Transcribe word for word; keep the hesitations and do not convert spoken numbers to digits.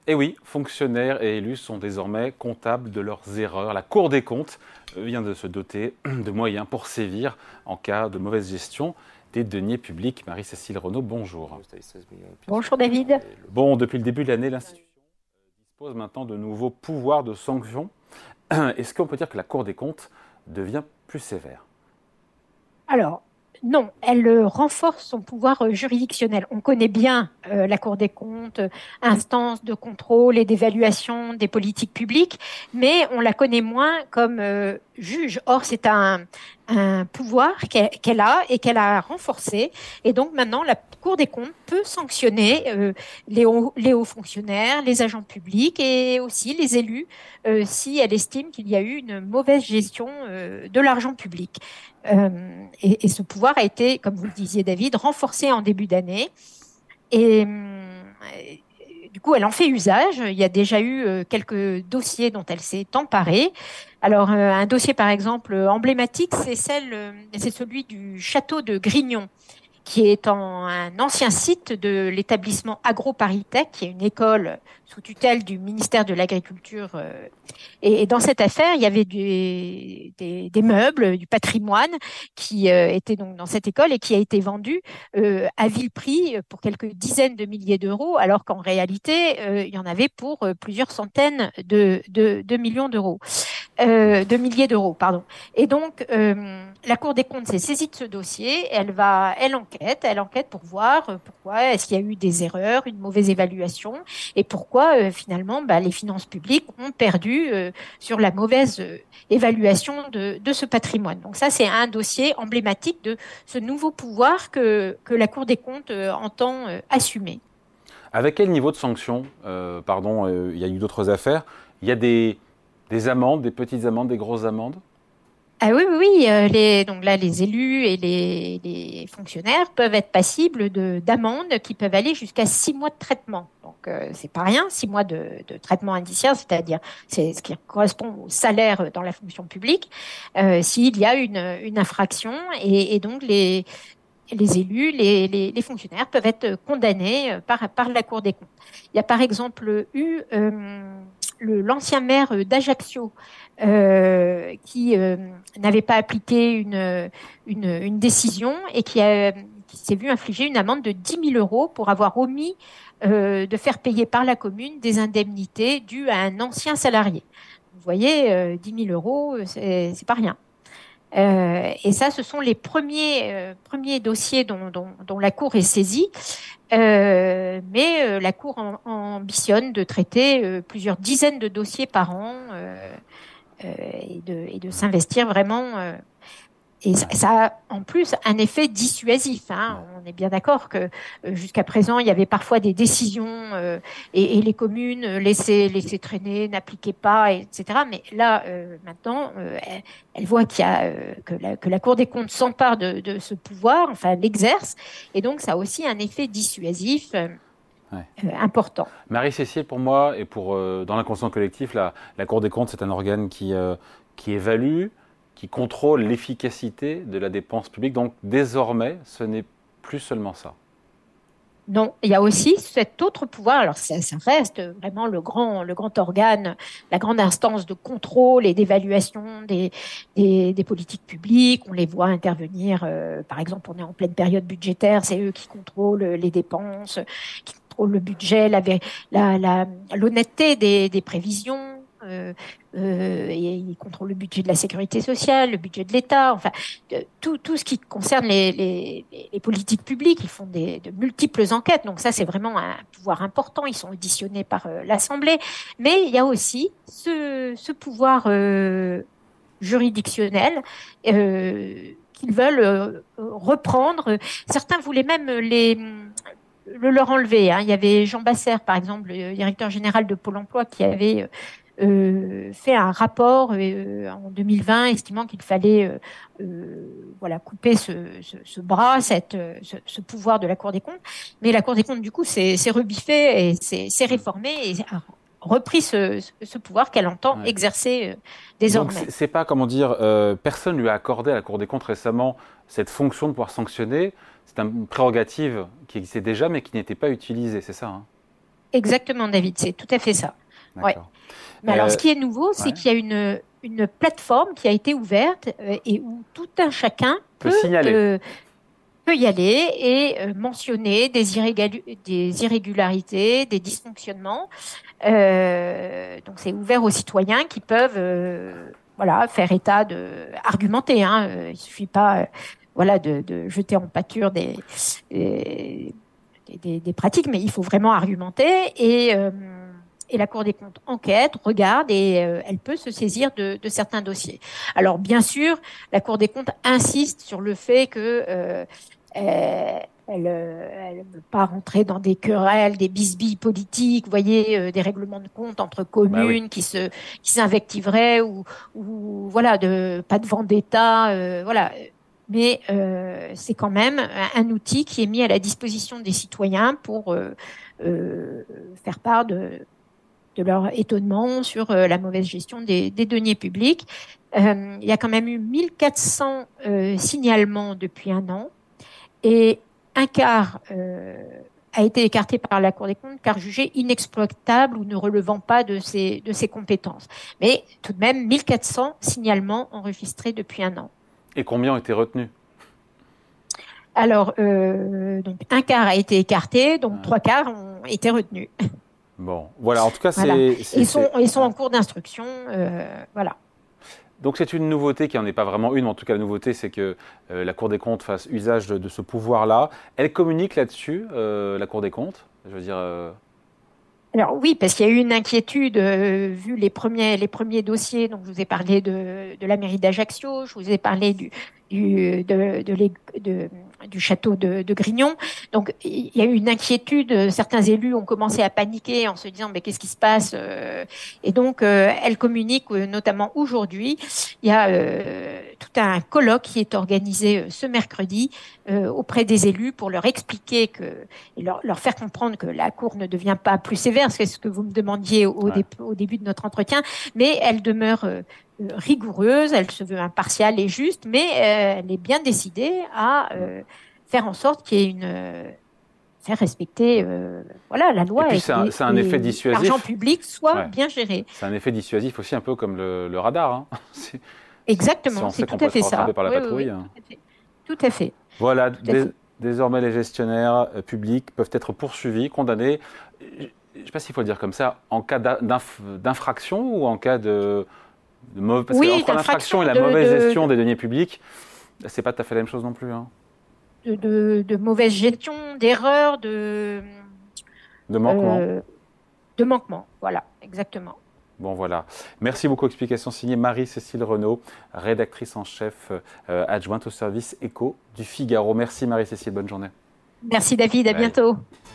Et oui, fonctionnaires et élus sont désormais comptables de leurs erreurs. La Cour des comptes vient de se doter de moyens pour sévir en cas de mauvaise gestion des deniers publics. Marie-Cécile Renaud, bonjour. Bonjour David. Bon, depuis le début de l'année, l'institution dispose maintenant de nouveaux pouvoirs de sanction. Est-ce qu'on peut dire que la Cour des comptes devient plus sévère ? Alors, non, elle euh, renforce son pouvoir euh, juridictionnel. On connaît bien euh, la Cour des comptes, euh, instance de contrôle et d'évaluation des politiques publiques, mais on la connaît moins comme euh, juge. Or, c'est un, un pouvoir qu'elle qu'elle a et qu'elle a renforcé. Et donc maintenant, la Cour des comptes peut sanctionner euh, les, hauts, les hauts fonctionnaires, les agents publics et aussi les élus euh, si elle estime qu'il y a eu une mauvaise gestion euh, de l'argent public. Euh, et, et, ce pouvoir a été, comme vous le disiez David, renforcé en début d'année. Et, et du coup, elle en fait usage. Il y a déjà eu euh, quelques dossiers dont elle s'est emparée. Alors, euh, un dossier, par exemple, emblématique, c'est, celle, euh, c'est celui du château de Grignon, qui est en, un ancien site de l'établissement AgroParisTech, qui est une école sous tutelle du ministère de l'Agriculture. Euh, et, et dans cette affaire, il y avait du, des, des meubles, du patrimoine qui euh, était donc dans cette école et qui a été vendu euh, à vil prix pour quelques dizaines de milliers d'euros, alors qu'en réalité, euh, il y en avait pour euh, plusieurs centaines de, de, de millions d'euros. Euh, de milliers d'euros, pardon. Et donc, euh, la Cour des comptes s'est saisie de ce dossier. Elle va, elle enquête, elle enquête pour voir euh, pourquoi est-ce qu'il y a eu des erreurs, une mauvaise évaluation, et pourquoi euh, finalement, bah, les finances publiques ont perdu euh, sur la mauvaise euh, évaluation de, de ce patrimoine. Donc ça, c'est un dossier emblématique de ce nouveau pouvoir que que la Cour des comptes euh, entend euh, assumer. Avec quel niveau de sanction euh, Pardon, euh, il y a eu d'autres affaires. Il y a des Des amendes, des petites amendes, des grosses amendes ? Ah oui, oui, oui. euh, les, donc là, les élus et les, les fonctionnaires peuvent être passibles de, d'amendes qui peuvent aller jusqu'à six mois de traitement. Donc, euh, c'est pas rien, six mois de, de traitement indiciaire, c'est-à-dire c'est ce qui correspond au salaire dans la fonction publique, euh, s'il y a une, une infraction. Et, et donc, les, les élus, les, les, les fonctionnaires peuvent être condamnés par, par la Cour des comptes. Il y a par exemple eu euh, le, l'ancien maire d'Ajaccio euh, qui euh, n'avait pas appliqué une, une, une décision et qui, a, qui s'est vu infliger une amende de dix mille euros pour avoir omis euh, de faire payer par la commune des indemnités dues à un ancien salarié. Vous voyez, euh, dix mille euros, c'est, c'est pas rien. Euh, et ça, ce sont les premiers, euh, premiers dossiers dont, dont, dont la Cour est saisie. Euh, mais euh, la Cour en, ambitionne de traiter euh, plusieurs dizaines de dossiers par an euh, euh, et, de, et de s'investir vraiment. Euh, et ça, ça a en plus un effet dissuasif. Hein. On est bien d'accord que euh, jusqu'à présent, il y avait parfois des décisions euh, et, et les communes laissaient, laissaient traîner, n'appliquaient pas, et cetera. Mais là, euh, maintenant, euh, elle, elle voit qu'il y a, euh, que, la, que la Cour des comptes s'empare de, de ce pouvoir, enfin l'exerce, et donc ça a aussi un effet dissuasif euh, Ouais. euh, important. Marie-Cécile, pour moi, et pour, euh, dans l'inconscient collectif, la, la Cour des comptes, c'est un organe qui, euh, qui évalue, qui contrôle l'efficacité de la dépense publique. Donc, désormais, ce n'est plus seulement ça. Non, il y a aussi cet autre pouvoir. Alors, ça, ça reste vraiment le grand, le grand organe, la grande instance de contrôle et d'évaluation des, des, des politiques publiques. On les voit intervenir. Euh, par exemple, on est en pleine période budgétaire, c'est eux qui contrôlent les dépenses, qui contrôlent le budget, la, la, la, l'honnêteté des, des prévisions. Euh, euh, et ils contrôlent le budget de la sécurité sociale, le budget de l'État, enfin euh, tout, tout ce qui concerne les, les, les politiques publiques. Ils font des, de multiples enquêtes, donc ça c'est vraiment un pouvoir important. Ils sont auditionnés par euh, l'Assemblée, mais il y a aussi ce, ce pouvoir euh, juridictionnel euh, qu'ils veulent euh, reprendre. Certains voulaient même les le leur enlever. Hein. Il y avait Jean Bassère, par exemple, le directeur général de Pôle emploi, qui avait euh, fait un rapport euh, en deux mille vingt estimant qu'il fallait euh, euh, voilà, couper ce, ce, ce bras, cette, ce, ce pouvoir de la Cour des comptes. Mais la Cour des comptes, du coup, s'est, s'est rebiffée et s'est, s'est réformée et a repris ce, ce pouvoir qu'elle entend Ouais. exercer euh, Donc, désormais. c'est, c'est pas, comment dire, euh, personne lui a accordé à la Cour des comptes récemment cette fonction de pouvoir sanctionner. C'est une prérogative qui existait déjà, mais qui n'était pas utilisée, c'est ça, hein ? Exactement, David, c'est tout à fait ça. Ouais. D'accord. Mais alors, ce Euh, qui est nouveau, c'est ouais. qu'il y a une, une plateforme qui a été ouverte euh, et où tout un chacun Peut peut, signaler. euh, peut y aller et euh, mentionner des, irrégalu- des irrégularités, des dysfonctionnements. Euh, donc, c'est ouvert aux citoyens qui peuvent euh, voilà, faire état de, argumenter. Hein, euh, il suffit pas euh, voilà, de, de jeter en pâture des, des, des- des pratiques, mais il faut vraiment argumenter. Et, euh, et la Cour des comptes enquête, regarde et euh, elle peut se saisir de, de certains dossiers. Alors, bien sûr, la Cour des comptes insiste sur le fait que euh, euh, elle euh, elle ne veut pas rentrer dans des querelles, des bisbilles politiques, vous voyez, euh, des règlements de compte entre Bah oui. communes qui se qui s'invectiveraient ou, ou voilà, de pas de vendetta, euh, voilà. Mais euh, c'est quand même un, un outil qui est mis à la disposition des citoyens pour euh, euh, faire part de, de leur étonnement sur euh, la mauvaise gestion des, des deniers publics. Euh, il y a quand même eu mille quatre cents euh, signalements depuis un an et un quart euh, a été écarté par la Cour des comptes car jugé inexploitable ou ne relevant pas de ses, de ses compétences. Mais tout de même, mille quatre cents signalements enregistrés depuis un an. Et combien ont été retenus? Alors, euh, donc un quart a été écarté, donc Ouais. trois quarts ont été retenus. Bon, voilà, en tout cas, Voilà. c'est... Et c'est- ils sont, c'est- ils sont ouais. en cours d'instruction. Euh, voilà. Donc c'est une nouveauté qui n'en est pas vraiment une, mais en tout cas la nouveauté c'est que euh, la Cour des comptes fasse usage de, de ce pouvoir-là. Elle communique là-dessus, euh, la Cour des comptes. Je veux dire, euh, Alors oui, parce qu'il y a eu une inquiétude euh, vu les premiers, les premiers dossiers. Donc je vous ai parlé de, de la mairie d'Ajaccio, je vous ai parlé du, du, de, de l'é- de- du château de, de Grignon. Donc il y a eu une inquiétude. Certains élus ont commencé à paniquer en se disant mais qu'est-ce qui se passe? Euh, Et donc euh, elle communique euh, notamment aujourd'hui. Il y a euh, tout un colloque qui est organisé euh, ce mercredi euh, auprès des élus pour leur expliquer que et leur, leur faire comprendre que la Cour ne devient pas plus sévère, c'est ce que vous me demandiez au, ouais. dé, au début de notre entretien, mais elle demeure euh, rigoureuse, elle se veut impartiale et juste, mais euh, elle est bien décidée à euh, faire en sorte qu'il y ait une... Euh, faire respecter euh, voilà, la Et loi puis et que c'est un, les- c'est un effet les- l'argent dissuasif. public soit Ouais. bien géré. C'est un effet dissuasif aussi un peu comme le, le radar. Hein. Si, si Exactement, on c'est sait tout qu'on peut à être fait rattrapé ça. par la Oui, oui, patrouille. oui, Hein. tout à fait. Tout à fait. Voilà, Tout à dés- fait. désormais les gestionnaires euh, publics peuvent être poursuivis, condamnés. Je ne sais pas s'il faut le dire comme ça, en cas d'in- d'inf- d'infraction ou en cas de, de mauvaise... Parce Oui, qu'entre d'infraction l'infraction et la de, mauvaise de, gestion des deniers publics, c'est pas tout à fait la même chose non plus. Hein. de, de, de mauvaise gestion, d'erreur, de, De manquement. euh, de manquement. Voilà, exactement. Bon voilà. Merci beaucoup. Explication signée Marie-Cécile Renaud, rédactrice en chef euh, adjointe au service éco du Figaro. Merci Marie-Cécile, bonne journée. Merci David, à Bye. bientôt.